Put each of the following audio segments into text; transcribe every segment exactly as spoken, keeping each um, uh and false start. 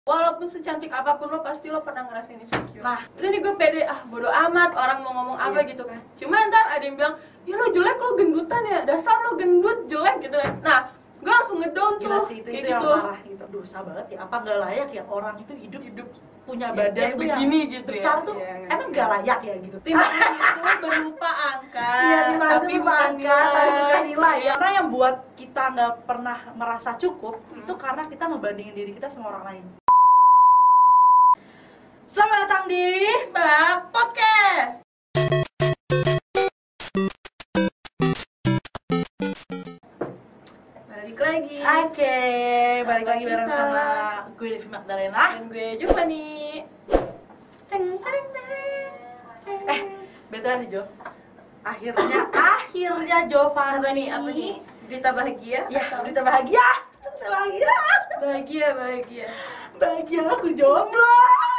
Walaupun secantik apapun lo, pasti lo pernah ngerasain insecure. Nah, udah nih gue pede, ah bodo amat orang mau ngomong apa iya. gitu kan. Cuma ntar ada yang bilang, ya lo jelek, lo gendutan ya, dasar lo gendut, jelek gitu kan. Nah, gue langsung ngedown tuh. Gila sih, itu, kayak itu yang gitu. parah gitu. Dosa banget ya, apa nggak layak ya orang itu hidup Hidup punya ya, badan kayak tuh begini yang gitu besar ya. tuh Ya, emang nggak layak ya gitu. Timbangan itu berupa angka, Iya, timbangan tapi itu berupa bukan angka, tapi bukan nilai ya. Iya. Karena yang buat kita nggak pernah merasa cukup Hmm. itu karena kita ngebandingin diri kita sama orang lain. Selamat datang di Bak Podcast. Balik lagi. Oke, balik Sama lagi bareng kita. sama gue Devi Magdalena. Dan gue Giovanni. Teng teng teng. Eh, betul nih Jo. Akhirnya, akhirnya Giovanni. Apa nih? Apa nih? Berita bahagia? Ya, atau- berita bahagia. Berita bahagia. Bahagia, bahagia. Bahagia aku jomblo.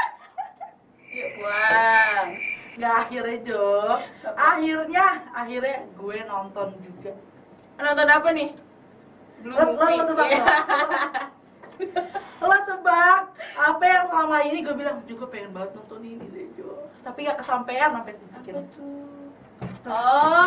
Yuk pulang. Nggak akhirnya Jo. Akhirnya, akhirnya gue nonton juga. Nonton apa nih? Blue Lo, lo, movie. lo tebak Iya. lo, lo tebak apa yang selama ini gue bilang juga pengen banget nonton ini deh Jo. Tapi gak kesampaian sampai Apa bikin. tuh? Oh,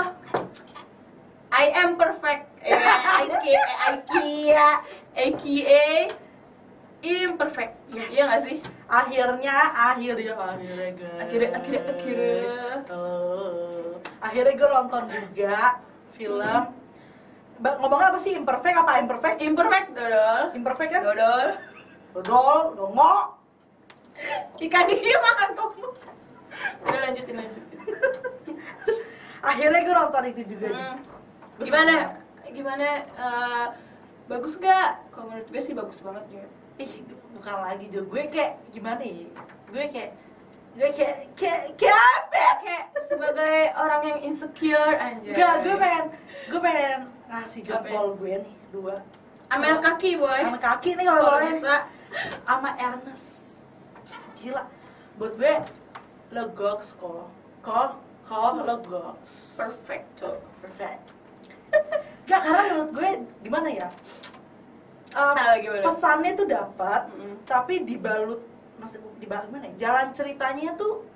I am perfect. Eh, IKEA, IKEA, IKEA, imperfect. Yes. Iya nggak sih? Akhirnya, akhirnya, akhirnya guys. Akhirnya, akhirnya, akhirnya. Oh. Akhirnya gue nonton juga film. Ba- ngomongnya apa sih? Imperfect apa imperfect? Imperfect, dodol. Imperfect kan? Dodol. Dodol, dongo. Ikan dia makan kamu. Udah lanjutin lanjutin. Akhirnya gue nonton itu juga. Hmm. Gua Gimana? suka. Gimana? eh, bagus gak? Kalau menurut gue sih bagus banget ya. Ih, bukan lagi Jo. Gue kayak gimana ya? Gue kayak gue kayak kayak kayak apa? ya? Kayak sebagai orang yang insecure aja. Enggak, gue pengen gue pengen ngasih Apa jempol gue nih dua. Amel kaki boleh. Sama kaki nih kalau Kalau boleh. bisa. Sama Ernest. Gila. Buat gue lo goks kok. Kok kok lo goks. Perfect tuh. Perfect. Gak, karena menurut gue gimana ya? Um, Ah, gimana? pesannya tuh dapat, Mm-mm. tapi dibalut maksud dibalut gimana ya? Jalan ceritanya tuh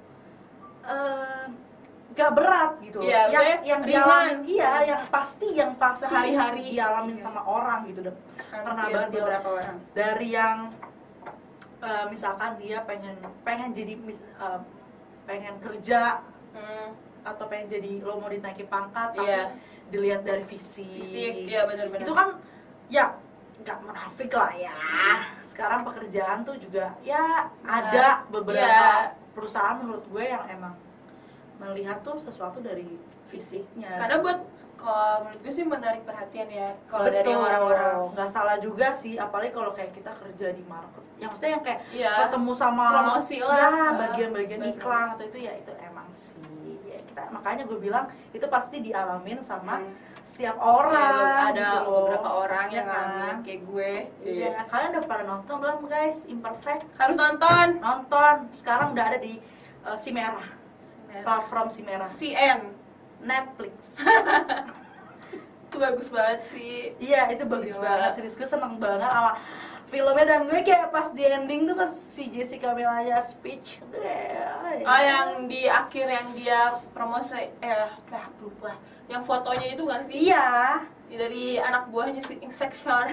um, gak berat gitu. Iya, yang gue yang ringan. dialamin, iya, yang pasti yang pasti Sehari-hari. dialamin Iya. sama orang gitu. Dan pernah Hampir banget dia- beberapa orang. dari yang uh, misalkan dia pengen pengen jadi mis, uh, pengen kerja Hmm. atau pengen jadi lo mau dinaikin pangkat tapi Iya. dilihat dari fisik, Fisik, iya benar-benar. itu kan ya nggak munafik lah ya. Sekarang pekerjaan tuh juga ya ada beberapa Iya. perusahaan menurut gue yang emang melihat tuh sesuatu dari fisiknya. Karena buat kalau menurut gue sih menarik perhatian ya. Kalau dari Betul. orang-orang. Nggak salah juga sih, apalagi kalau kayak kita kerja di market yang maksudnya yang kayak Iya. ketemu sama Promosi lah. ya Ah, bagian-bagian benar. iklan atau itu ya itu emang sih ya kita makanya gue bilang itu pasti dialamin sama Hmm. setiap orang. Ya, ada gitu loh. beberapa orang Iya yang kan? ngalamin kayak gue. Iya, kalian udah pada nonton belum guys? Imperfect Harus nonton. nonton sekarang udah ada di uh, si merah platform si merah C N. Netflix. Itu bagus banget sih. Iya itu bagus Gila. banget, serius gue seneng banget sama filmnya dan gue kayak pas di ending tuh pas si Jessica Milanya speech eh, Oh, yang di akhir yang dia promosi eh lah lupa. Yang fotonya itu kan sih? iya Dari anak buahnya si Insection.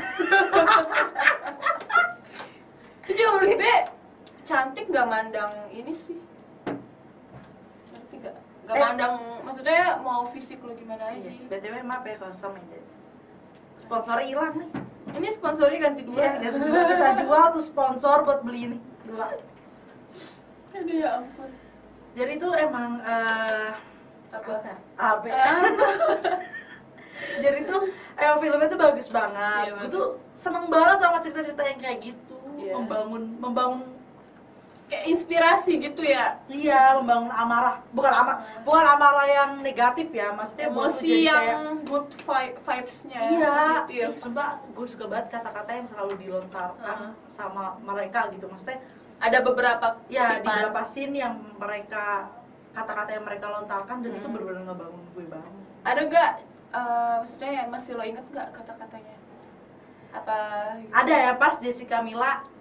Itu juga menurut gue cantik gak mandang ini sih. Cantik gak? Gak Eh. mandang, maksudnya mau fisik lo gimana aja. B T W maaf ya kalau sama ini sponsornya hilang nih. Ini sponsornya ganti dua. Iya, dan dua kita jual tuh sponsor buat beli ini dua. Aduh ya ampun. Jadi itu emang eh Apa? apa? Ah. Jadi tuh emang filmnya tuh bagus banget. Iya, Gue bagus. tuh seneng banget sama cerita-cerita yang kayak gitu, Iya. membangun membangun Kayak inspirasi gitu ya. iya membangun amarah, bukan amarah, bukan amarah yang negatif ya, maksudnya buat lu Emosi jadi yang kayak good vi- vibes-nya. iya, positif. ih, sumpah gue suka banget kata-kata yang selalu dilontarkan Uh-huh. sama mereka gitu, maksudnya Ada beberapa ya di kutipan. beberapa scene yang mereka kata-kata yang mereka lontarkan dan itu Hmm. benar-benar ngebangun gue banget. Ada gak, eh, maksudnya masih lo inget gak kata-katanya? Apa gitu? Ada ya pas Jessica Mila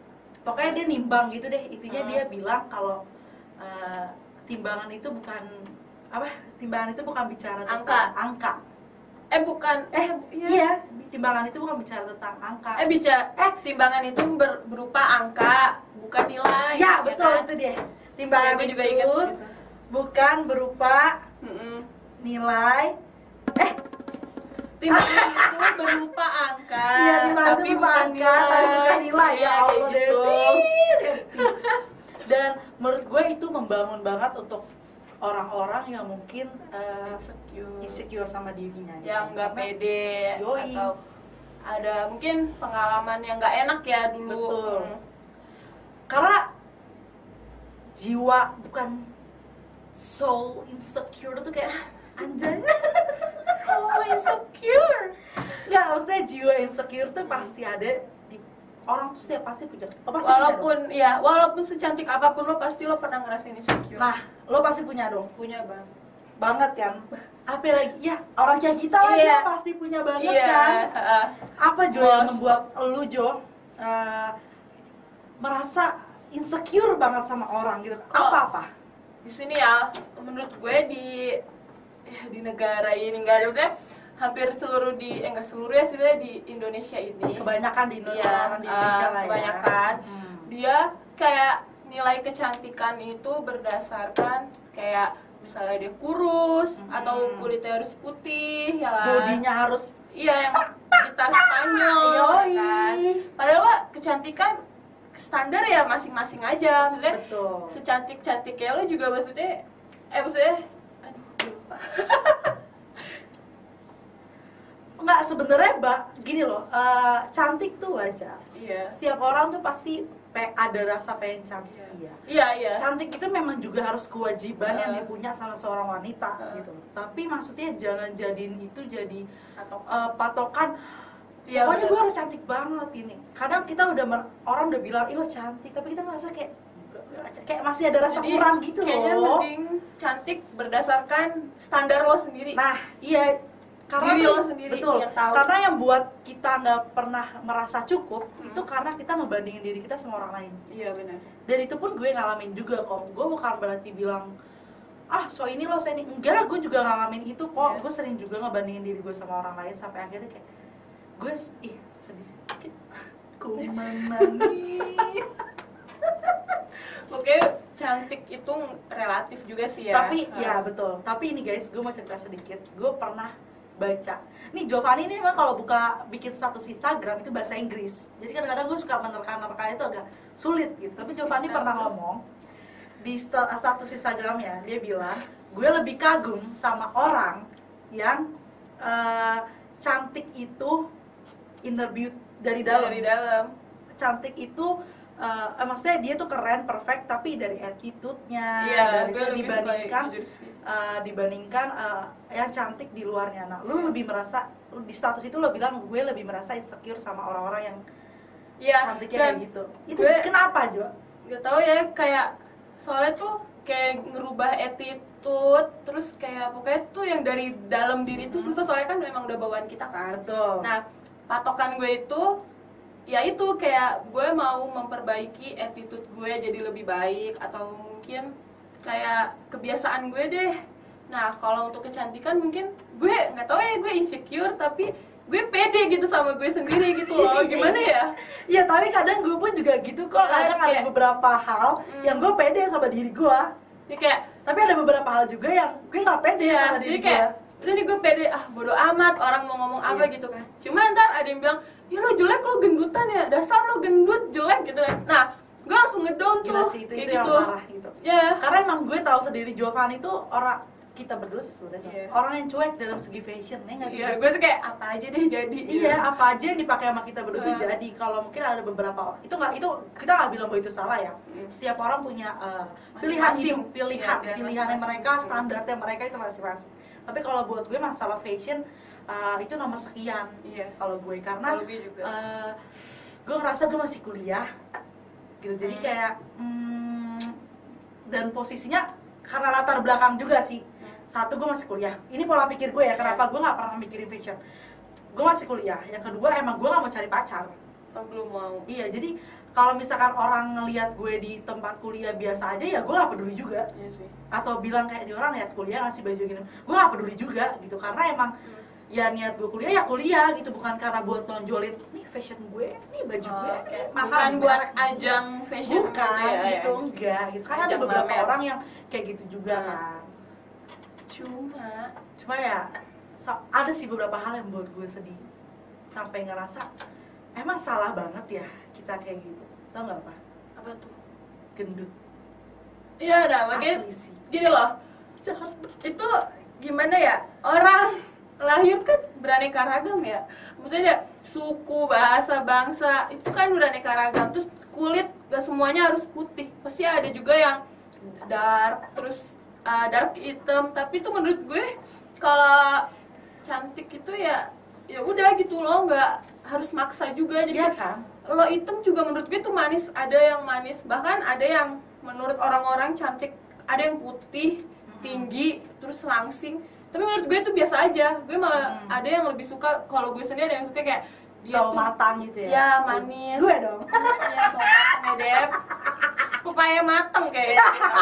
pokoknya dia nimbang gitu deh, intinya Hmm. dia bilang kalau uh, timbangan itu bukan apa timbangan itu bukan bicara tentang Angka. angka. Eh bukan, eh iya. iya timbangan itu bukan bicara tentang angka. Eh bicara, Eh. timbangan itu ber- berupa angka, bukan nilai. Ya betul kan? itu dia, timbangan Ya, gue juga itu ingat gitu. bukan berupa Mm-mm. nilai. Eh Timbangan itu berupa angka, iya timbangan tapi itu berupa bukan angka tapi bukan nilai. Iya, Ya kayak Allah gitu. Devi, Devi. Dan menurut gue itu membangun banget untuk orang-orang yang mungkin uh, Insecure. insecure sama dirinya, Yang nggak Karena- pede Yoi. atau ada mungkin pengalaman yang nggak enak ya dulu. Betul. Hmm. karena jiwa bukan soul insecure tuh kayak anjay. So insecure. Nggak, maksudnya jiwa insecure tuh pasti ada di orang tuh setiap pasti punya. Oh, pasti Walaupun punya dong. ya, walaupun secantik apapun lo pasti lo pernah ngerasain insecure. Nah, lo pasti punya dong. punya bang. Banget kan? Apa lagi? Ya, orang kayak kita lah Iya. Jo, pasti punya banget Iya. kan? heeh. Apa Jo yang Most. membuat lu Jo eh, merasa insecure banget sama orang gitu? Kalau- Apa-apa? Di sini ya, menurut gue di ya, di negara ini nggak ada, maksudnya hampir seluruh di eh enggak seluruh ya sebenarnya di Indonesia ini. Kebanyakan di Indonesia, Iya, orang di Indonesia eh, lah ya. kebanyakan. Hmm. Dia kayak nilai kecantikan itu berdasarkan kayak misalnya dia kurus Hmm. atau kulitnya harus putih ya kan? Bodinya harus Iya, yang gitar Spanyol Yoi. ya kan. Padahal Wak, kecantikan standar ya masing-masing aja. Maksudnya betul. secantik-cantiknya lo juga maksudnya eh maksudnya aduh lupa. Enggak, sebenarnya Mbak, gini loh, eh, cantik tuh wajar. Iya. Setiap orang tuh pasti pe- ada rasa pengen cantik. Iya. Iya, iya. Cantik itu memang juga harus kewajiban yang Uh. dipunya sama seorang wanita Uh. gitu. Tapi maksudnya jangan jadiin itu jadi Atau eh, patokan. Iya, Pokoknya bener. gue harus cantik banget ini. Kadang kita udah mer- orang udah bilang, ih lo cantik, tapi kita ngerasa kayak kayak masih ada rasa Jadi, kurang gitu kayaknya loh. mending cantik berdasarkan standar lo sendiri. Nah, iya, karena Diri tuh- lo sendiri betul. yang tahu. Karena yang buat kita nggak pernah merasa cukup Hmm. itu karena kita ngebandingin diri kita sama orang lain. Iya benar. Dan itu pun gue ngalamin juga kok. Gue bukan berarti bilang ah so ini lo saya ini enggak, gue juga ngalamin itu kok. Iya. Gue sering juga ngebandingin diri gue sama orang lain sampai akhirnya kayak gue ih sedih sedikit. Kumamani. Oke, cantik itu relatif juga sih ya. Tapi Uh. ya betul. Tapi ini guys, gue mau cerita sedikit. Gue pernah baca. Nih Giovanni ini emang kalau buka bikin status Instagram itu bahasa Inggris. Jadi kadang-kadang gue suka menerka-nerka itu agak sulit gitu. Tapi Giovanni Instagram. pernah ngomong di sta- status Instagramnya, dia bilang gue lebih kagum sama orang yang eh, cantik itu inner beauty dari dalam. Dari dalam. Cantik itu eh, eh, maksudnya dia tuh keren, perfect, tapi dari attitude-nya, Iya, dari gue lebih dibandingkan suka jujur sih. uh, dibandingkan uh, yang cantik di luarnya. Nah, lu lebih merasa lu di status itu lo bilang gue lebih merasa insecure sama orang-orang yang Iya. cantiknya Dan kayak gitu. Itu gue- kenapa, Jo? Gak tau ya, kayak soalnya tuh kayak ngerubah attitude, terus kayak pokoknya tuh yang dari dalam diri tuh susah, soalnya kan memang udah bawaan kita kan. Betul. Nah, patokan gue itu ya itu kayak gue mau memperbaiki attitude gue jadi lebih baik, atau mungkin kayak kebiasaan gue deh. Nah, kalau untuk kecantikan mungkin gue nggak tahu ya, gue insecure tapi gue pede gitu sama gue sendiri gitu loh. Gimana ya? Iya, tapi kadang gue pun juga gitu kok. Ya, Kadang ada kayak- beberapa hal Hmm. yang gue pede sama diri gue. Ya kayak Tapi ada beberapa hal juga yang gue nggak pede Iya, sama jadi diri gue. kayak udah nih gue pede, ah bodo amat orang mau ngomong apa Iya. gitu kan. Cuma ntar ada yang bilang, ya lo jelek, lo gendutan ya, dasar lo gendut jelek gitu kan. Nah, gue langsung ngedown tuh. Gila sih, itu, kayak itu yang gitu. parah gitu. Ya. Karena emang gue tahu sendiri Giovanni itu orang, kita berdua sih sebenarnya Iya. orang yang cuek dalam segi fashion, ya nggak sih? Iya, gue sih kayak apa aja deh jadi. Iya, apa aja yang dipakai sama kita berdua tuh Nah. jadi. Kalau mungkin ada beberapa orang, itu nggak, itu kita nggak bilang bahwa itu salah ya. Hmm. Setiap orang punya uh, pilihan Masing-masing. hidup, pilihan, Iya, pilihannya masing-masing. mereka, standarnya mereka itu masing-masing. Tapi kalau buat gue masalah fashion uh, itu nomor sekian. Iya. Kalau gue karena Kalau gue juga. uh, gue ngerasa gue masih kuliah, gitu. Jadi Hmm. kayak hmm, dan posisinya karena latar belakang juga sih. Satu, gue masih kuliah. Ini pola pikir gue ya, kenapa gue nggak pernah mikirin fashion. Gue masih kuliah. Yang kedua, emang gue nggak mau cari pacar. Oh, belum mau. Iya, jadi kalau misalkan orang ngelihat gue di tempat kuliah biasa aja ya gue nggak peduli juga. Iya sih. Atau bilang kayak di orang lihat kuliah ngasih baju gini, gue nggak peduli juga gitu, karena emang hmm. ya niat gue kuliah ya kuliah gitu, bukan karena buat nonjolin nih fashion gue, nih baju oh, gue, okay. mahal bukan buat gitu. ajang fashion bukan gitu, ya, gitu ya. enggak gitu, karena Ajang ada beberapa pamer. orang yang kayak gitu juga hmm. kan. Cuma, cuma ya ada sih beberapa hal yang buat gue sedih, sampai ngerasa emang salah banget ya kita kayak gitu, tau nggak apa? Apa tuh? Gendut. Iya, dah, makanya gini loh. Jahat. Itu gimana ya, orang lahir kan beraneka ragam ya, maksudnya suku, bahasa, bangsa itu kan beraneka ragam. Terus kulit gak semuanya harus putih, pasti ada juga yang dark, terus uh, dark hitam. Tapi itu menurut gue kalau cantik itu ya ya udah gitu loh, nggak harus maksa juga. Jadi ya kan? Lo hitam juga menurut gue tuh manis, ada yang manis, bahkan ada yang menurut orang-orang cantik, ada yang putih tinggi terus langsing, tapi menurut gue itu biasa aja. Gue malah hmm. ada yang lebih suka, kalau gue sendiri ada yang suka kayak dia so tuh matang gitu ya. Ya manis. Gue dong. Iya, so matang ya, Dep. Pepaya mateng kayaknya.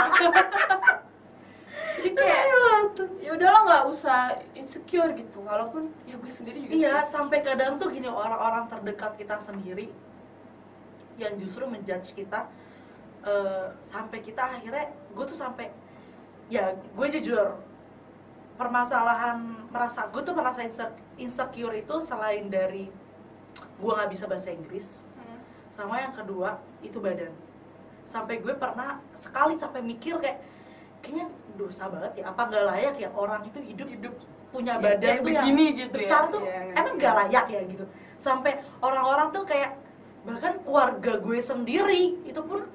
Jadi kayak ya udahlah, nggak usah insecure gitu, walaupun ya gue sendiri juga. Iya, sampai kadang tuh gini, orang-orang terdekat kita sendiri yang justru menjudge kita, uh, sampai kita akhirnya, gue tuh sampai ya gue jujur, permasalahan merasa gue tuh merasa insecure itu selain dari gue nggak bisa bahasa Inggris, hmm. sama yang kedua itu badan. Sampai gue pernah sekali sampai mikir kayak kayaknya dosa banget ya, apa nggak layak ya orang itu hidup hidup punya badan ya, tuh begini yang gitu besar ya. tuh ya, emang nggak layak ya gitu. Sampai orang-orang tuh kayak, bahkan keluarga gue sendiri itu pun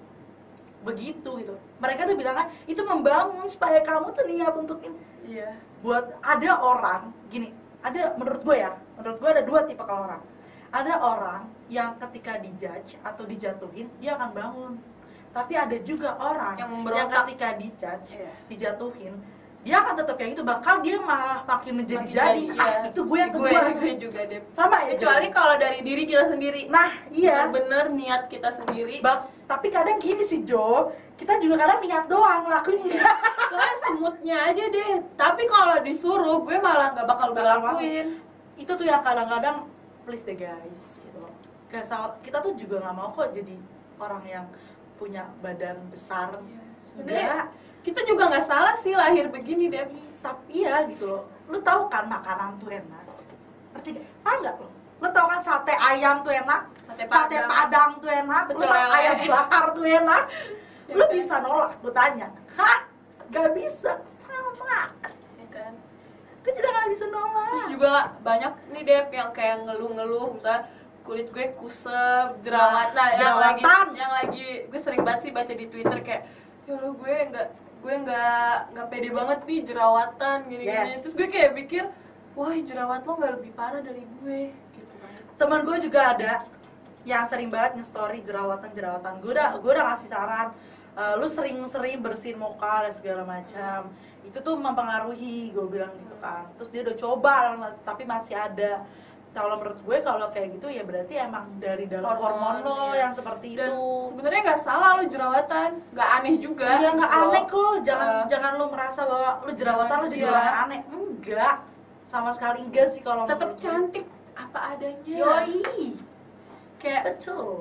begitu gitu. Mereka tuh bilang kan itu membangun supaya kamu tuh niat untuk ini. Iya. Buat ada orang gini, ada menurut gue ya, menurut gue ada dua tipe kalau orang. Ada orang yang ketika dijudge atau dijatuhin dia akan bangun. Tapi ada juga orang yang, yang ketika dijudge, iya. dijatuhin, dia akan tetap kayak gitu, bakal dia malah makin menjadi-jadi. Makin Ah, iya. itu gue yang gue, kedua. gue juga deh. Sama ya. Kecuali kalau dari diri kita sendiri. Nah, iya. Bener niat kita sendiri. Ba- tapi kadang gini sih Jo, kita juga kadang niat doang, lakuin enggak. Soalnya semutnya aja deh. Tapi kalau disuruh, gue malah nggak bakal gue lakuin. Itu tuh yang kadang-kadang, please deh guys, gitu loh. Kita tuh juga nggak mau kok jadi orang yang punya badan besar. Iya. Enggak. Kita juga nggak salah sih lahir begini deh. Tapi iya gitu loh. Lu tahu kan makanan tuh enak. Ngerti gak? Paham nggak lo? Lu tahu kan sate ayam tuh enak, sate padang, sate padang tuh enak, lu tahu ayam bakar tuh enak. Lu bisa nolak? Gue tanya. Hah? Gak bisa. Sama. Ya kan? Gue juga gak bisa nolak. Terus juga banyak nih Dep yang kayak ngeluh-ngeluh, misalnya kulit gue kusep, jerawat. Nah, yang lagi yang lagi gue sering banget sih baca di Twitter kayak, ya lo gue nggak gue nggak nggak pede banget nih jerawatan gini-gini. Yes. Terus gue kayak pikir, wah jerawat lo nggak lebih parah dari gue gitu kan. Temen gue juga ada yang sering banget nge-story jerawatan jerawatan. Gue udah gue udah ngasih saran, uh, lu sering-sering bersihin muka dan segala macam. Itu tuh mempengaruhi, gue bilang gitu kan. Terus dia udah coba tapi masih ada. Kalau menurut gue kalau kayak gitu ya berarti emang dari dalam hormon, hormon lo ya. Yang seperti dan itu. Sebenarnya nggak salah lo jerawatan, nggak aneh juga. Ya nggak aneh kok, jangan uh, jangan lo merasa bahwa lo jerawatan lo jadi orang aneh. Enggak, sama sekali enggak sih kalau tetap cantik apa adanya. Yoi, kayak betul.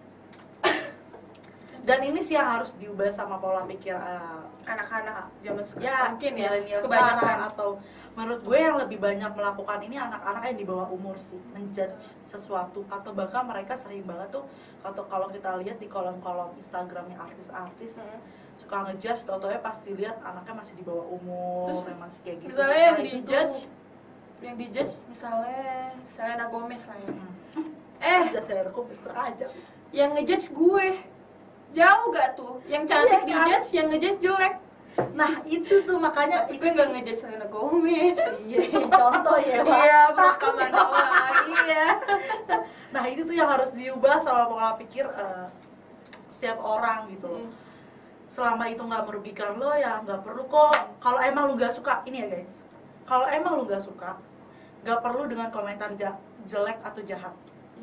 Dan ini sih yang harus diubah sama pola pikir uh, anak-anak zaman sekarang. Ya, mungkin ya, kebanyakan atau menurut gue yang lebih banyak melakukan ini anak-anak yang di bawah umur sih, menjudge sesuatu atau bahkan mereka sering banget tuh atau kalau kita lihat di kolom-kolom Instagramnya artis-artis hmm. suka ngejudge, tau-taunya pasti lihat anaknya masih di bawah umur. Terus, yang masih kayak gitu. Misalnya nah, yang dijudge, yang dijudge misalnya Selena Gomez lah ya. Hmm. Eh, Selena Gomez aja. Yang ngejudge gue jauh gak tuh? Yang cantik iya, dijudge, kan? Yang ngejudge jelek. Nah itu tuh makanya itu gak ngejudge Selena Gomez. Iya, contoh ya Pak. Iya, bukan doa. Iya. Nah itu tuh yang harus diubah sama pola pikir uh, setiap orang gitu loh. Hmm. Selama itu nggak merugikan lo ya nggak perlu kok. Kalau emang lu nggak suka, ini ya guys. Kalau emang lu nggak suka, nggak perlu dengan komentar jelek atau jahat. Iya.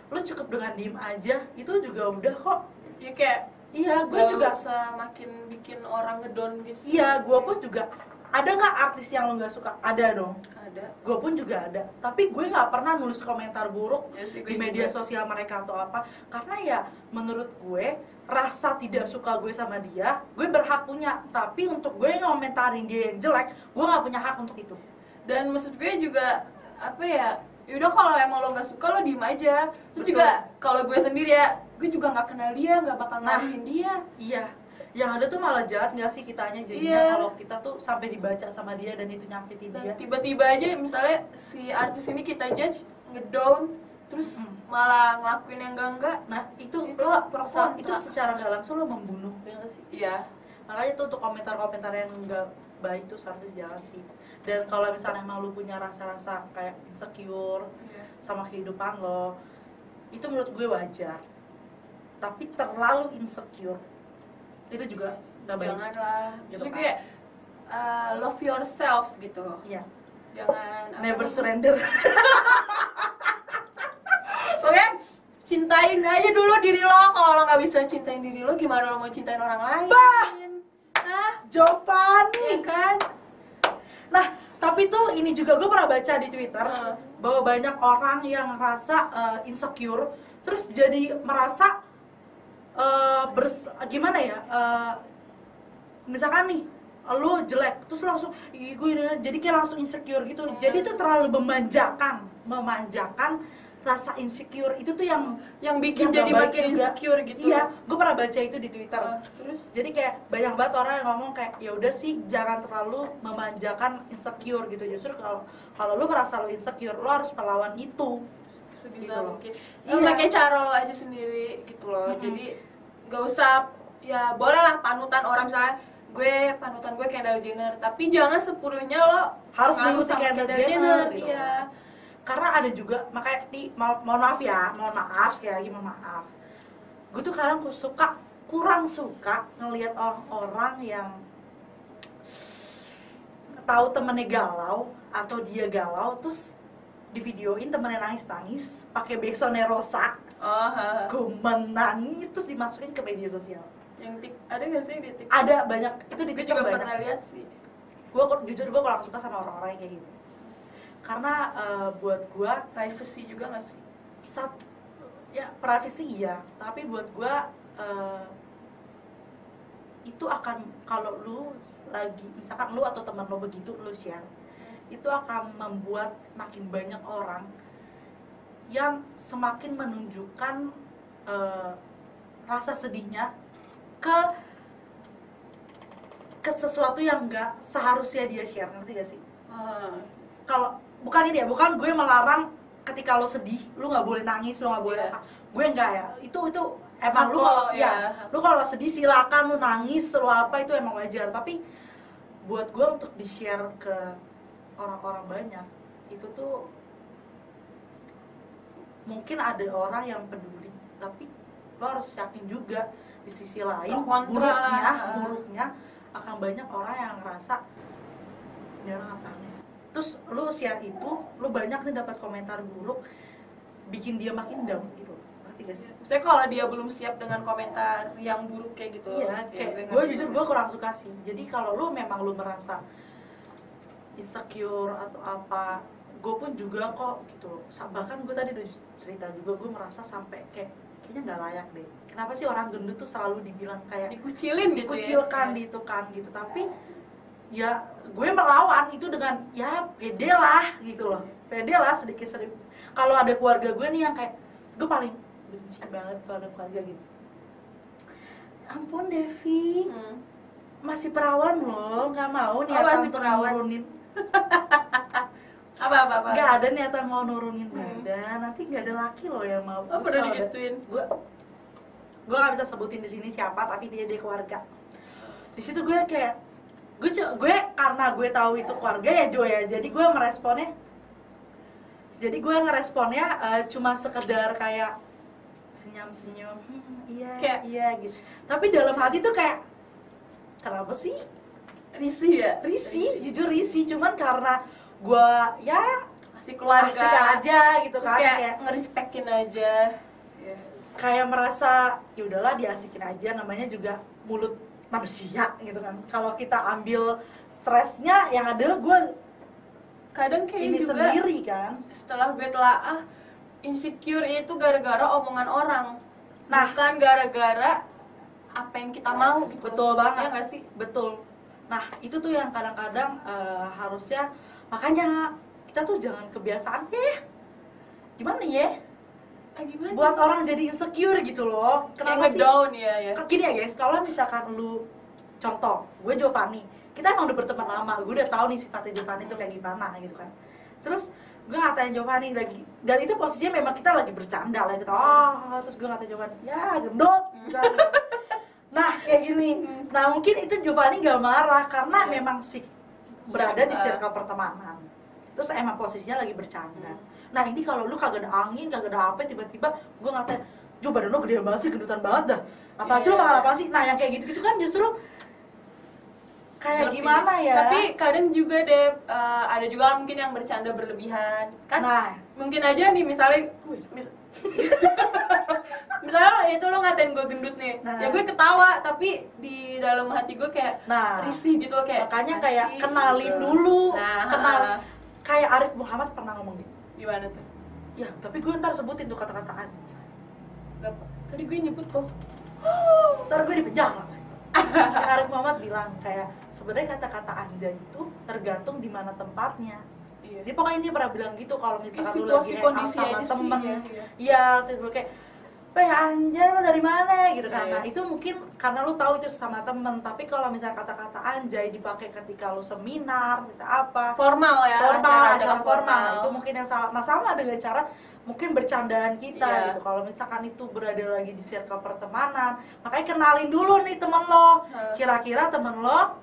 lu cukup dengan diem aja itu juga udah kok. Ya kayak Iya, gue gak juga usah makin bikin orang ngedon gitu. iya, gue pun juga. Ada nggak artis yang lo nggak suka? Ada dong. Ada. Gue pun juga ada. Tapi gue nggak pernah nulis komentar buruk Ya sih, di gue media juga. sosial mereka atau apa. Karena ya menurut gue rasa tidak suka gue sama dia, gue berhak punya. Tapi untuk gue ngomentarin dia yang jelek, gue nggak punya hak untuk itu. Dan maksud gue juga apa ya? Yaudah kalau emang lo nggak suka lo diem aja. Terus Betul. juga kalau gue sendiri ya, gue juga nggak kenal dia, nggak bakal Nah. ngaruhin dia. Iya. Yang ada tuh malah jahat nggak sih kitanya jadinya Iya. kalau kita tuh sampai dibaca sama dia dan itu nyakitin dia. Dan tiba-tiba aja misalnya si artis ini kita judge ngedown, terus Mm. malah ngelakuin yang enggak-enggak. Nah itu, Itu lo pro sa- kontra. itu secara nggak langsung lo membunuh ya nggak sih? Iya. Makanya tuh untuk komentar-komentar yang nggak baik tuh seharusnya jangan sih. Dan kalau misalnya emang lu punya rasa-rasa kayak insecure sama kehidupan lo, itu menurut gue wajar. Tapi terlalu insecure itu juga nggak baik. Janganlah. Gitu Maksudnya kan. kayak uh, love yourself gitu. Iya. Jangan apa Never namanya? surrender. Oke, cintain aja dulu diri lo. Kalau lo nggak bisa cintain diri lo, gimana lo mau cintain orang lain? Bah! Nah, Giovanni. ya kan? Nah, tapi tuh ini juga gue pernah baca di Twitter Uh. bahwa banyak orang yang ngerasa uh, insecure, terus jadi merasa uh, bers gimana ya? Uh, misalkan nih, lu jelek, terus lu langsung, ih gue ini, jadi kayak langsung insecure gitu. Hmm. Jadi itu terlalu memanjakan, memanjakan rasa insecure itu tuh yang Yang bikin yang jadi nggak baik makin juga. insecure gitu. Iya, gue pernah baca itu di Twitter. Uh, terus Jadi kayak banyak banget orang yang ngomong kayak ya udah sih jangan terlalu memanjakan insecure gitu. Justru kalau kalau lu merasa lu insecure, lu harus melawan itu. sebisa Gitu loh. mungkin. Iya. Lo pakai cara lo aja sendiri gitu loh. Mm-mm. Jadi nggak usah ya boleh lah panutan orang misalnya gue panutan gue Kendall Jenner, tapi jangan sepenuhnya lo Harus ngaruh mengikuti sama Kendall Jenner, gitu. Iya. Karena ada juga makanya nih mo- mohon maaf ya, mohon maaf sekali lagi mohon maaf. Gue tuh kadang ku- suka kurang suka ngelihat orang-orang yang tahu temennya galau atau dia galau terus di videoin temennya nangis-nangis pakai backsoundnya Rosa, Oh, ha, ha. gue menangis terus dimasukin ke media sosial. Yang tik ada nggak sih di TikTok? Ada banyak itu di Gue TikTok juga banyak. pernah lihat sih. Gue jujur gue kurang suka sama orang-orang yang kayak gitu. Karena eh, buat gue Privacy juga nggak sih? sat ya privacy iya, tapi buat gue eh, itu akan kalau lu lagi misalkan lu atau teman lu begitu lu share, itu akan membuat makin banyak orang yang semakin menunjukkan eh, rasa sedihnya ke ke sesuatu yang enggak seharusnya dia share, ngerti gak sih? Ah. Kalau bukan ini ya, bukan gue melarang ketika lo sedih, lo nggak boleh nangis, lo nggak boleh Iya. apa. Gue enggak ya, itu itu emang Hak lo lo, kalau ya. ya, lo kalau sedih silakan lo nangis, lo apa itu emang wajar. Tapi buat gue untuk di share ke orang-orang banyak, itu tuh mungkin ada orang yang peduli, tapi lo harus yakin juga di sisi lain Pro kontra buruknya, lah. buruknya akan banyak orang yang ngerasa ini orang apaan ya? Terus lu share itu, lu banyak nih dapat komentar buruk, bikin dia makin down gitu, ngerti gak sih? Maksudnya kalau dia belum siap dengan komentar yang buruk kayak gitu. Iya, ya, kayak gue ngerti. jujur gue kurang suka sih. Jadi kalau lu memang lu merasa insecure atau apa, gue pun juga kok gitu loh. Sa- Bahkan gue tadi udah cerita juga, gue merasa sampai kayak kayaknya nggak layak deh. Kenapa sih orang gendut tuh selalu dibilang kayak dikucilin gitu dikucilkan, ya. ditukan gitu. Tapi ya gue melawan itu dengan ya pede lah gitu loh, pede lah sedikit sedikit. Kalau ada keluarga gue nih yang kayak gue paling benci banget kalau ada keluarga gitu. Ampun Devi, Hmm. masih perawan loh, nggak mau Oh, niatan masih untuk perawan. nurunin, Apa apa apa. nggak ada niatan mau nurunin Hmm. badan, nanti nggak ada laki loh yang mau. Oh, pernah digituin. Gue gue nggak bisa sebutin di sini siapa, tapi dia dia keluarga. Di situ gue kayak gue gue karena gue tahu itu keluarga ya Jo ya, jadi gue meresponnya jadi gue ngeresponnya eh, cuma sekedar kayak senyum-senyum, hmm, iya Kayak- iya gitu. Tapi dalam hati tuh kayak kenapa sih Risih ya? risih, jujur risih, cuman karena gue ya asik keluarga, asik aja gitu terus kan, kayak, kayak ngerespekin aja. Yeah. kayak merasa ya udahlah diasikin aja, namanya juga mulut manusia gitu kan. Kalau kita ambil stresnya, yang ada gue Kadang kayak ini juga sendiri kan. setelah gue telaah, insecure itu gara-gara omongan orang, Nah. bukan gara-gara apa yang kita mau gitu. Betul banget. Ya nggak sih? Betul. Nah itu tuh yang kadang-kadang uh, harusnya, makanya kita tuh jangan kebiasaan eh gimana ya Ah, gimana? buat orang jadi insecure gitu loh. Kenapa sih? Ngedown ya ya. Gini ya guys, kalau misalkan lu, contoh, gue Giovanni, kita emang udah berteman lama, gue udah tahu nih sifatnya Giovanni tuh kayak gimana gitu kan. Terus gue ngatain Giovanni lagi, dan itu posisinya memang kita lagi bercanda lah gitu, oh, terus gue ngatain Giovanni, ya gendut gitu. Nah kayak gini, nah mungkin itu Giovanni gak marah karena memang sih berada di circle pertemanan, terus emang posisinya lagi bercanda. Nah ini kalau lu kagak ada angin, kagak ada apa, tiba-tiba gue ngatain, Jo badan lu gede banget sih, gendutan banget dah, apa sih lu makan apa sih? Nah yang kayak gitu-gitu kan justru kayak Lebih. gimana ya? Tapi kadang juga deh uh, ada juga mungkin yang bercanda berlebihan kan. Nah, mungkin aja nih misalnya mis misalnya itu lo ngatain gue gendut nih, nah. ya gue ketawa tapi di dalam hati gue kayak nah, risih gitu, kayak makanya kayak asik, kenalin gitu. dulu, Nah, kenal. Kayak Arif Muhammad pernah ngomong gitu. Gimana tuh? Ya, tapi gue ntar sebutin tuh kata-kataan. Gak, tadi gue nyebut kok. Ntar gue dipenjara. Kayak Arif Muhammad bilang kayak sebenarnya kata-kata anjay itu tergantung di mana tempatnya. Iya. Dia pokoknya dia pernah bilang gitu, kalau misalkan lu Situasi, lagi kondisi hangout sama aja temen, sih, ya, iya, terus kayak, "Weh anjay lo dari mana?" gitu kan. Iya. Nah, itu mungkin karena lu tahu itu sama temen, tapi kalau misalnya kata-kata anjay dipakai ketika lu seminar, kita apa? Formal ya. Formal, acara, acara acara formal. Nah, itu mungkin yang salah. Nah, sama dengan cara mungkin bercandaan kita Iya. gitu. Kalau misalkan itu berada lagi di circle pertemanan, makanya kenalin dulu nih temen lo. Hmm. Kira-kira temen lo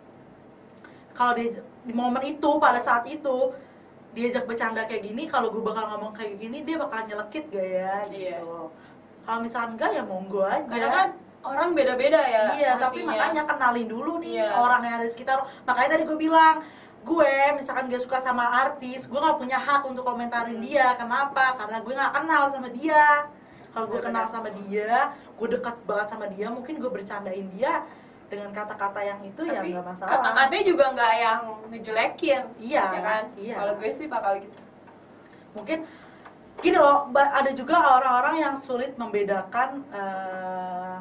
kalau di, di momen itu, pada saat itu diajak bercanda kayak gini, kalau gue bakal ngomong kayak gini, dia bakal nyelekit gak ya gitu. Iya. Kalau misalkan enggak ya monggo aja. Karena kan orang beda-beda ya. Iya, tapi artinya. makanya kenalin dulu nih Iya. orang yang ada di sekitar lo. Makanya tadi gue bilang, gue misalkan gak suka sama artis, gue gak punya hak untuk komentarin dia. Kenapa? Karena gue gak kenal sama dia. Kalau gue kenal sama dia, gue dekat banget sama dia, mungkin gue bercandain dia dengan kata-kata yang itu. Tapi ya nggak masalah. Kata-katanya juga nggak yang ngejelekin. Iya, ya kan? iya. Kalau gue sih bakal gitu. Mungkin gini loh, ada juga orang-orang yang sulit membedakan uh,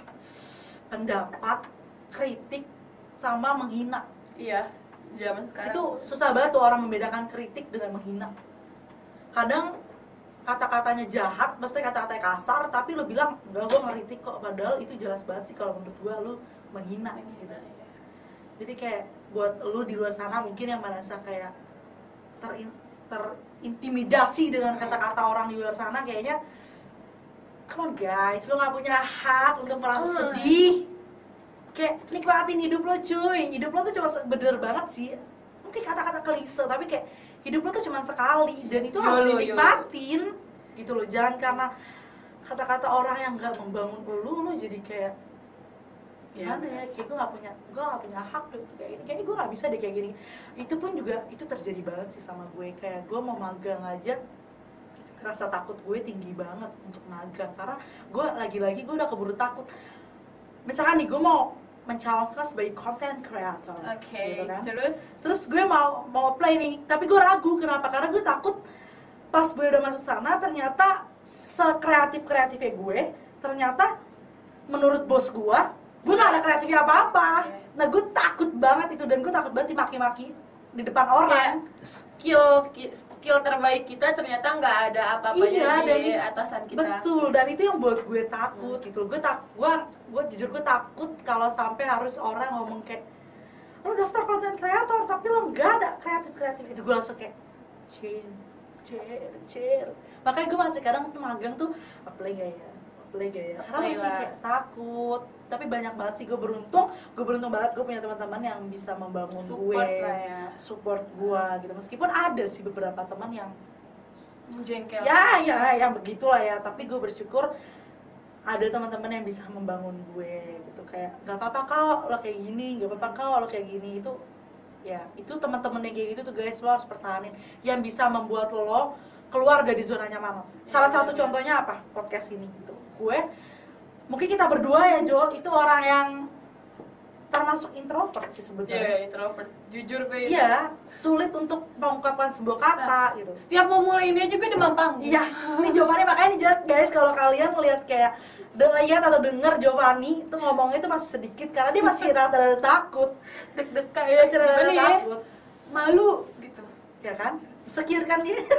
pendapat, kritik sama menghina. Iya, zaman sekarang Itu susah banget tuh orang membedakan kritik dengan menghina. Kadang kata-katanya jahat, maksudnya kata-katanya kasar, tapi lu bilang enggak, gue ngeritik kok, padahal itu jelas banget sih kalau menurut gue lu menghina gitu. Jadi kayak buat lu di luar sana mungkin yang merasa kayak terin, terintimidasi dengan kata-kata orang di luar sana, kayaknya come on guys, lu gak punya hak untuk merasa Oh. sedih. Kayak nikmatin hidup lo cuy, hidup lo tuh cuma bener banget sih. Mungkin kata-kata klise, tapi kayak hidup lo tuh cuma sekali dan itu harus Yolo, dinikmatin gitu loh. Jangan karena kata-kata orang yang gak membangun lu, lu jadi kayak gimana ya, kayak gue gak punya, gue gak punya hak gitu kayak gini, kayaknya gue gak bisa deh kayak gini. Itu pun juga, itu terjadi banget sih sama gue. Kayak gue mau magang aja, rasa takut gue tinggi banget untuk magang, karena gue lagi-lagi gue udah keburu takut. Misalkan nih gue mau mencalonkan sebagai content creator, Oke, okay. gitu kan? Terus? Terus gue mau mau apply nih, tapi gue ragu. Kenapa? Karena gue takut pas gue udah masuk sana ternyata sekreatif kreatifnya gue, ternyata menurut bos gue, gue nggak ada kreatifnya apa-apa. Nah gue takut banget itu, dan gue takut banget dimaki-maki di depan orang. Kayak skill skill terbaik kita ternyata nggak ada apa-apanya Iya, di dan atasan kita. Betul, dan itu yang buat gue takut gitu. Gue tak, gue, gue jujur gue takut kalau sampai harus orang ngomong kayak, lo daftar konten kreator tapi lo nggak ada kreatif kreatif. Itu gue langsung kayak, cil, cil, cil. Makanya gue masih kadang magang tuh apply gak ya, apply gak ya. Karena masih kayak takut. Tapi banyak banget sih, gue beruntung, gue beruntung banget gue punya teman-teman yang bisa membangun Support gue, lah ya. support gue gitu. Meskipun ada sih beberapa teman yang Jengkel. ya ya yang begitulah ya, tapi gue bersyukur ada teman-teman yang bisa membangun gue gitu. Kayak gak apa-apa kau lo kayak gini, gak apa-apa kau lo kayak gini. Itu ya itu teman-temannya kayak gitu tuh guys, lo harus pertahanin yang bisa membuat lo keluar dari zona nyaman lo. Salah satu contohnya apa? Podcast ini gitu. Gue mungkin kita berdua ya Jo, itu orang yang termasuk introvert sih sebetulnya. Iya, yeah, introvert. Jujur gue. Iya, sulit untuk mengungkapkan sebuah kata nah, gitu. Setiap mau mulai ini aja gue demam panggung. Iya, ini jawabannya makanya nih guys, kalau kalian ngeliat kayak lihat atau denger Giovanni itu ngomongnya itu masih sedikit karena dia masih rada-rada takut, deg-degan ya, masih rada-rada takut, malu gitu. Ya kan? Insecure kan dia.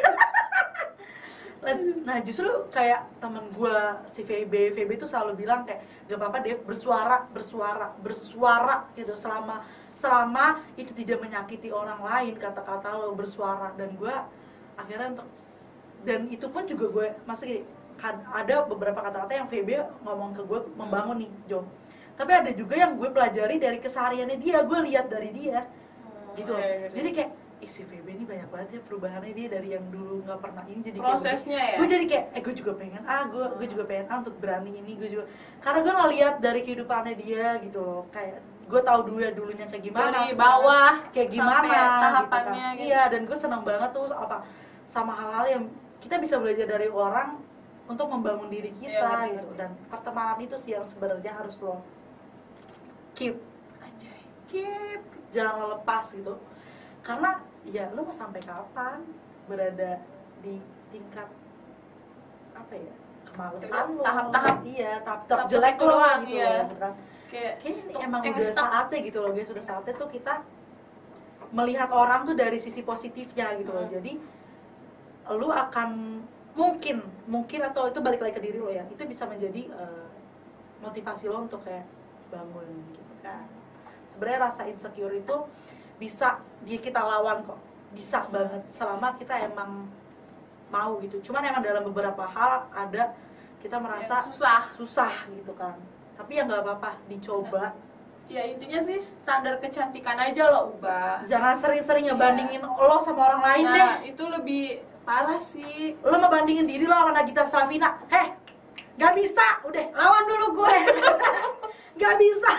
Nah justru kayak temen gue si V B, V B tuh selalu bilang kayak gak apa-apa Dev, bersuara, bersuara, bersuara gitu selama selama itu tidak menyakiti orang lain, kata-kata lo bersuara. Dan gue akhirnya untuk, dan itu pun juga gue maksudnya ada beberapa kata-kata yang V B ngomong ke gue membangun nih Jo, tapi ada juga yang gue pelajari dari kesehariannya dia, gue lihat dari dia gitu loh. Jadi kayak isi V B ini banyak banget ya perubahannya dia dari yang dulu nggak pernah ini jadi prosesnya kayak, ya. Gue jadi kayak eh gue juga pengen ah gue gue juga pengen ah untuk berani ini gue juga karena gue ngeliat dari kehidupannya dia gitu loh, kayak gue tahu dulu ya dulunya kayak gimana dari bawah kayak gimana tahapannya gitu kan. Gitu. Iya, dan gue senang banget tuh apa sama hal-hal yang kita bisa belajar dari orang untuk membangun diri kita ya, gitu. Dan pertemanan itu sih yang sebenarnya harus lo keep, Anjay. keep, jangan lo lepas gitu. Karena ya lo mau sampai kapan berada di tingkat apa ya kemalasan lo, tahap-tahap iya tahap-tahap jelek lo gitu iya. loh, kan? Kayak ini emang udah saatnya gitu loh guys, sudah saatnya tuh kita melihat orang tuh dari sisi positifnya gitu loh. Hmm. Jadi lo akan mungkin mungkin atau itu balik lagi ke diri lo ya, itu bisa menjadi uh, motivasi lo untuk kayak bangun gitu kan. Sebenarnya rasa insecure itu bisa dia kita lawan kok, bisa banget selama kita emang mau gitu. Cuman emang dalam beberapa hal ada kita merasa ya, susah susah gitu kan, tapi ya nggak apa-apa dicoba. Ya intinya sih standar kecantikan aja lo ubah, jangan sering-sering ngebandingin ya. Lo sama orang lain nah, deh, itu lebih parah sih. Lo ngebandingin diri lo sama Nagita Slavina, heh nggak bisa, udah lawan dulu gue. nggak bisa.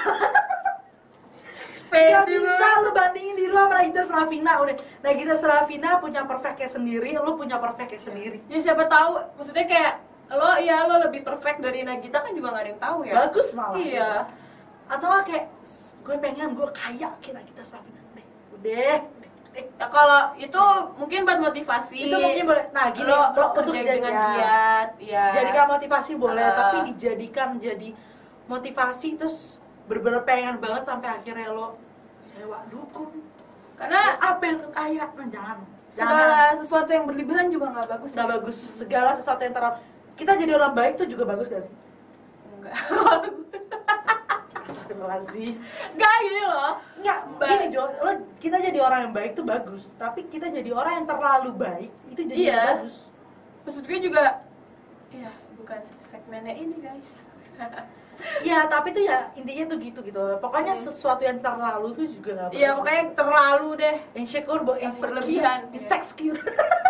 Gak bisa lu bandingin diri lo sama Nagita Slavina, udah. Nagita Slavina punya perfectnya sendiri, lu punya perfectnya sendiri. Ya siapa tahu, maksudnya kayak lo ya lo lebih perfect dari Nagita kan juga gak ada yang tahu ya. Bagus malah. Iya. Ya. Atau kayak gue pengen gue kaya kayak Nagita Slavina, deh. Udah. Ya kalau itu mungkin buat motivasi. Itu mungkin boleh. Nah gini, lo, lo untuk kerja dengan ya. giat, ya. Jadikan motivasi boleh, uh. tapi dijadikan jadi motivasi terus bener-bener pengen banget sampai akhirnya lo sewa dukun karena apa yang kaya, nah jangan segala jangan. Sesuatu yang berlebihan juga nggak bagus nggak ya? Bagus, segala sesuatu yang terlalu kita jadi orang baik tuh juga bagus gak sih? Enggak. Astagfirullahaladzim. Enggak gini loh. Enggak, gini Jo, lo kita jadi orang yang baik tuh bagus, tapi kita jadi orang yang terlalu baik itu jadi iya. bagus. Maksud gue juga iya, bukan segmennya ini guys. Ya tapi tuh ya intinya tuh gitu gitu. Pokoknya hmm. sesuatu yang terlalu tuh juga nggak bagus. Iya pokoknya terlalu deh. Insecure, bo, insecure, insecure,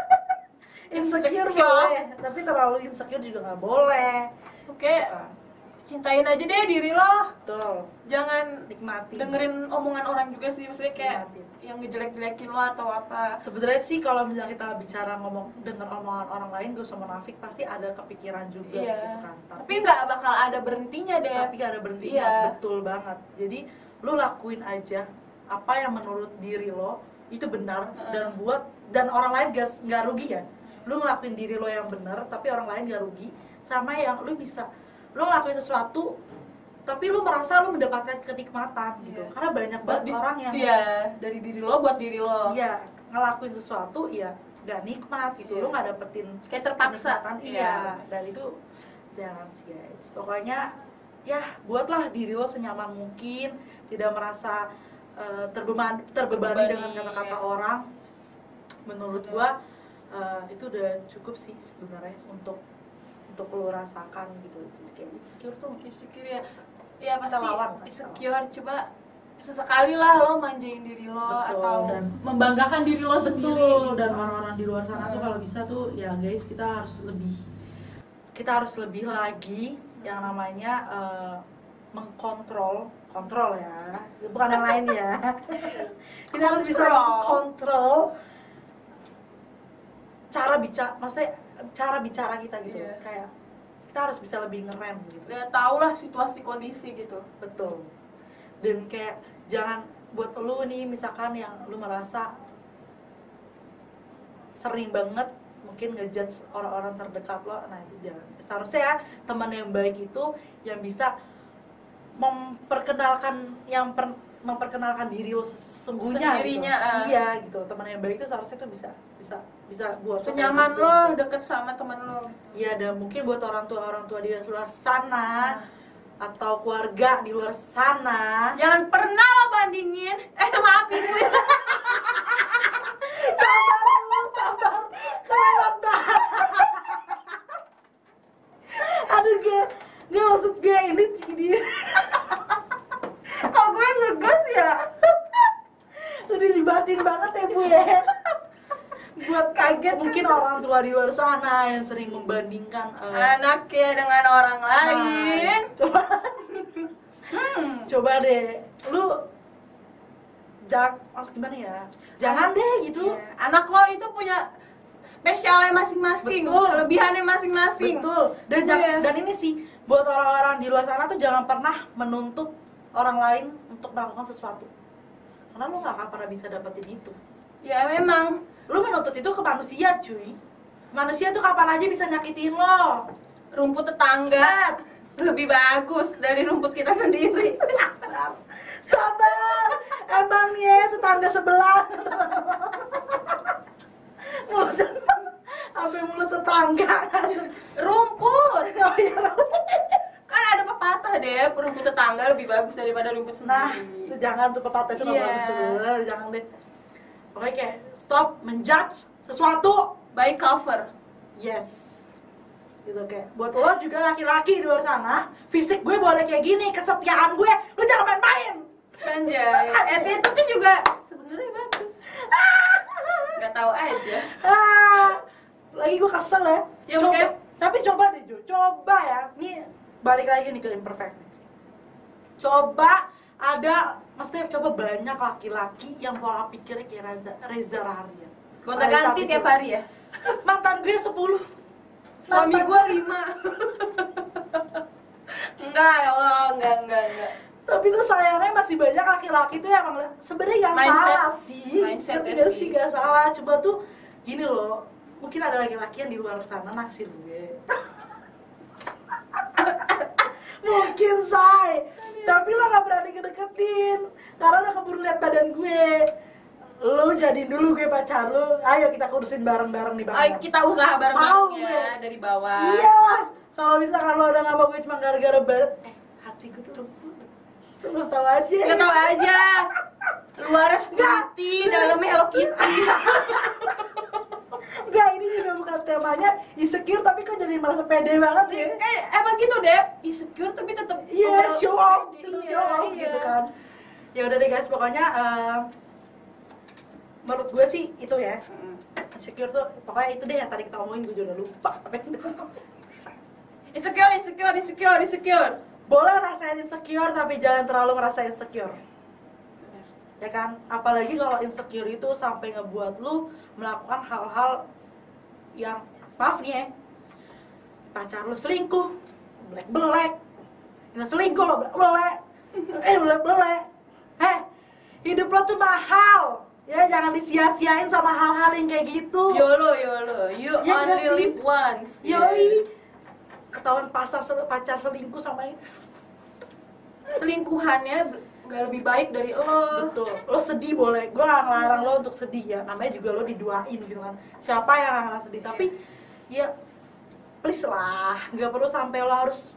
insecure boleh, tapi terlalu insecure juga nggak boleh. Oke. Okay. Cintain aja deh diri lo. Betul. Jangan nikmati. Dengerin omongan orang juga sih, maksudnya kayak nikmatin. Yang ngejelek-jelekin lo atau apa. Sebenarnya sih kalau misalnya kita bicara ngomong denger omongan orang lain, gak usah munafik, pasti ada kepikiran juga iya. gitu kan. Tapi, tapi nggak bakal ada berhentinya deh. Tapi gak ada berhentinya, iya. Betul banget. Jadi lo lakuin aja apa yang menurut diri lo itu benar hmm. dan buat dan orang lain gak, gak rugi ya. Lo ngelakuin diri lo yang benar, tapi orang lain gak rugi. Sama yang lo bisa lo ngelakuin sesuatu tapi lo merasa lo mendapatkan kenikmatan gitu. Yeah. Karena banyak banget di, orang yang iya, dari diri lo buat diri lo. Iya, ngelakuin sesuatu ya gak nikmat gitu. Yeah. Lo gak dapetin kayak terpaksa. Iya, yeah. Dan itu jangan sih guys. Pokoknya ya buatlah diri lo senyaman mungkin, tidak merasa uh, terbebani, terbebani dengan kata-kata yeah. orang. Menurut yeah. gua uh, itu udah cukup sih sebenarnya untuk untuk lo rasakan gitu. Kayak insecure tuh insecure ya ya pasti lawan, insecure lawan. Coba sesekali lah lo manjain diri lo. Betul. Atau dan membanggakan diri lo sendiri. Betul. Dan orang-orang di luar sana hmm. tuh kalau bisa tuh ya guys, kita harus lebih kita harus lebih lagi yang namanya uh, mengkontrol, kontrol ya, bukan yang lain ya. Kita harus bisa Kontrol. mengkontrol cara bicara, maksudnya cara bicara kita gitu. Iya. Kayak kita harus bisa lebih ngerem gitu. Udah tau lah situasi kondisi gitu. Betul. Dan kayak jangan buat lu nih misalkan yang lu merasa sering banget mungkin ngejudge orang-orang terdekat lo, nah itu jangan. Seharusnya ya teman yang baik itu yang bisa memperkenalkan yang per, memperkenalkan diri lo sesungguhnya Sendirinya, gitu. ah. Iya gitu. Teman yang baik itu seharusnya tuh bisa bisa bisa buat lo kayak Senyaman gitu. lo deket sama teman lo. Iya, dan mungkin buat orang tua orang tua di luar sana atau keluarga di luar sana, Jangan pernah lo bandingin. Eh maaf ibu. sabar lu, sabar, kelewat banget. Aduh gue, gue maksud gue ini tinggi. Kok gue ngegas ya? Udah dibatin banget ya bu ya. Buat Kaget. mungkin orang tua di luar sana yang sering membandingkan eh, Anaknya dengan orang lain. nah, coba Hmm. coba deh lu jak harus gimana ya, jangan deh gitu. Iya. Anak lo itu punya spesialnya masing-masing, Betul. kelebihannya masing-masing. Betul. Dan Iya. jangan- dan ini sih buat orang-orang di luar sana tuh jangan pernah menuntut orang lain untuk melakukan sesuatu, karena lu nggak akan pernah bisa dapetin itu. Ya memang. Lu menuntut itu ke manusia cuy. Manusia tuh kapan aja bisa nyakitin lo. Rumput tetangga lebih bagus dari rumput kita sendiri. Sabar, sabar. Emang ya tetangga sebelah. Mulut, sampai mulut tetangga. Rumput. Oh iya. Kan ada pepatah deh, rumput tetangga lebih bagus daripada rumput Nah, sendiri. jangan tuh pepatah itu nggak Iya. bagus tuh. Jangan deh. Pokoknya kayak stop menjudge sesuatu. By cover. Yes. Gitu kayak buat lo juga laki-laki di luar sana, fisik gue boleh kayak gini, kesetiaan gue, lu jangan main-main. Anjay. Attitude juga sebenarnya bagus. Gak tahu aja. Ah, lagi gue kesel ya. Ya, coba, oke. tapi coba deh Jo, coba ya. Nih balik lagi nih ke imperfect. Coba ada, maksudnya coba banyak laki-laki yang pola pikirnya kayak Reza, Reza Rahardian. Gonta Pada saat ganti itu. tiap hari ya. Mantan gue sepuluh. Suami Mantan- gue lima. Enggak ya Allah, enggak enggak enggak. Tapi tuh sayangnya masih banyak laki-laki tuh yang emang sebenarnya yang Mindset. salah sih. Mindsetnya Ngerti gak sih. sih gak salah. Coba tuh gini loh. Mungkin ada laki-laki yang di luar sana naksir gue. Mungkin say. Tapi lo gak berani ngedeketin karena lo keburu lihat badan gue. Lo jadiin dulu gue pacar lo. Ayo kita kurusin bareng-bareng nih Ayo bareng. kita usaha Mau bareng-bareng gue. ya dari bawah. Iya lah. Kalau misalkan lo udah gak mau gue cuma gara-gara badan, eh hati gue tuh lembut. Lo tau aja. Gak tahu aja. Luarnya Enggak. Squidty, dalamnya Hello Kitty. Enggak, ini juga bukan temanya insecure tapi kok jadi merasa pede banget ya. Eh, emang gitu deh. Insecure tapi tetap Iya, show off, Iya, tetap show off iya. gitu kan. Ya udah deh guys, pokoknya eh, menurut gue sih itu ya. Mm. Insecure tuh pokoknya itu deh yang tadi kita omongin, gue juga udah lupa apa yang kita ngomongin. Insecure, insecure, insecure, insecure. Boleh rasain insecure tapi jangan terlalu ngerasain insecure. Ya kan? Apalagi kalau insecure itu sampai ngebuat lu melakukan hal-hal yang maaf nih ya, pacar lu selingkuh, belek-belek, yang selingkuh lo belek-belek, eh belek-belek, eh hidup lo tuh mahal, ya jangan disia-siain sama hal-hal yang kayak gitu. YOLO, YOLO. You Ya only nggak sih? live once. Yoi, ketahuan pasar sel- pacar selingkuh sama ini. Selingkuhannya b- nggak lebih baik dari lo. Betul, lo sedih boleh, gue gak ngelarang lo untuk sedih ya, namanya juga lo diduain gitu kan. Siapa yang gak ngerasa sedih, tapi ya please lah, gak perlu sampai lo harus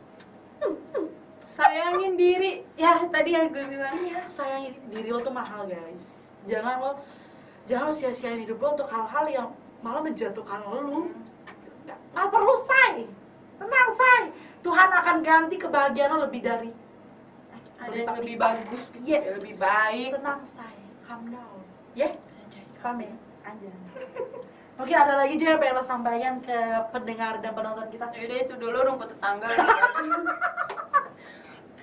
Sayangin diri. Ya tadi yang gue bilang ya. sayangin diri lo tuh mahal guys. Jangan lo, jangan lo sia-siain hidup lo untuk hal-hal yang malah menjatuhkan lo. Gak, gak perlu say, tenang say, Tuhan akan ganti kebahagiaan lo lebih dari Ada yang lebih bagus, gitu, Yes. yang lebih baik. tenang say, calm down, ya? Calm ya, aja. Mungkin ada lagi juga yang pengen lo sampaikan ke pendengar dan penonton kita. Yaudah itu dulu rumput tetangga. lebih bagus.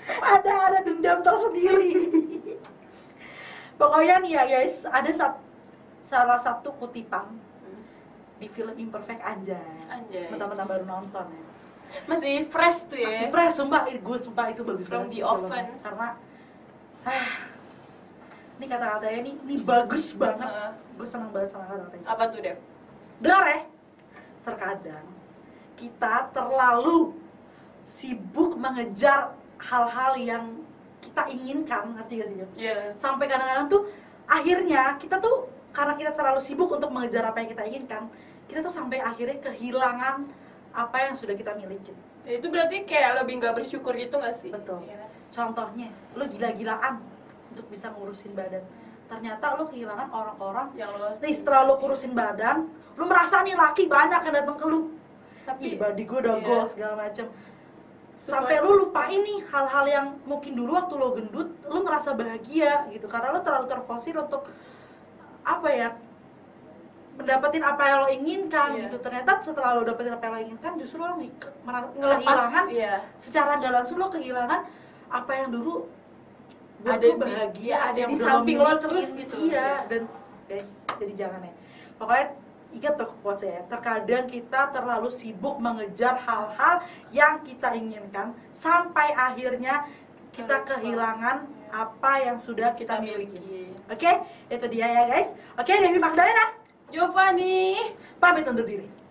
ada ada dendam tersendiri. Pokoknya nih ya guys, ada sat- salah satu kutipan Hmm. di film Imperfect, anjay. Anjay. Mentang-mentang baru nonton ya. Masih fresh tuh ya. Masih fresh, sumpah, gue sumpah itu bagus From banget the sih filmnya. oven. Karena ah, ini kata-katanya nih, ini bagus banget. Heeh. Gue senang banget sama kata-katanya. Apa tuh, Dev? Dengar ya, terkadang kita terlalu sibuk mengejar hal-hal yang kita inginkan, ngerti gak sih Jom? Iya. Sampai kadang-kadang tuh akhirnya kita tuh karena kita terlalu sibuk untuk mengejar apa yang kita inginkan, kita tuh sampai akhirnya kehilangan apa yang sudah kita miliki. Ya, itu berarti kayak lebih nggak bersyukur gitu nggak sih? Betul. Iya. Contohnya, lu gila-gilaan untuk bisa ngurusin badan. Ternyata lu kehilangan orang-orang Yang lo nih setelah lu kurusin badan, lu merasa nih laki banyak yang datang ke lu. tapi Ih, body gue udah iya. goals segala macem. Semua Sampai lu exist. lupain nih hal-hal yang mungkin dulu waktu lo gendut, lu ngerasa bahagia gitu. Karena lu terlalu terforsir untuk apa ya, mendapetin apa yang lo inginkan Iya. gitu. Ternyata setelah lo dapetin apa yang lo inginkan, justru lo ngi- ke- merasa- Ngelepas, kehilangan iya. secara nggak langsung lo kehilangan apa yang dulu buat Ada lo di- bahagia, iya, ada yang di udah samping lo milikin. terus gitu. Iya, Iya. dan guys, jadi jangan ya. Pokoknya ingat tuh quotes ya, terkadang kita terlalu sibuk mengejar hal-hal yang kita inginkan sampai akhirnya kita Terlupa. kehilangan apa yang sudah kita, Kita miliki. miliki. Oke, itu dia ya guys. Oke, Dewi Magdalena Giovanni. pamit undur diri.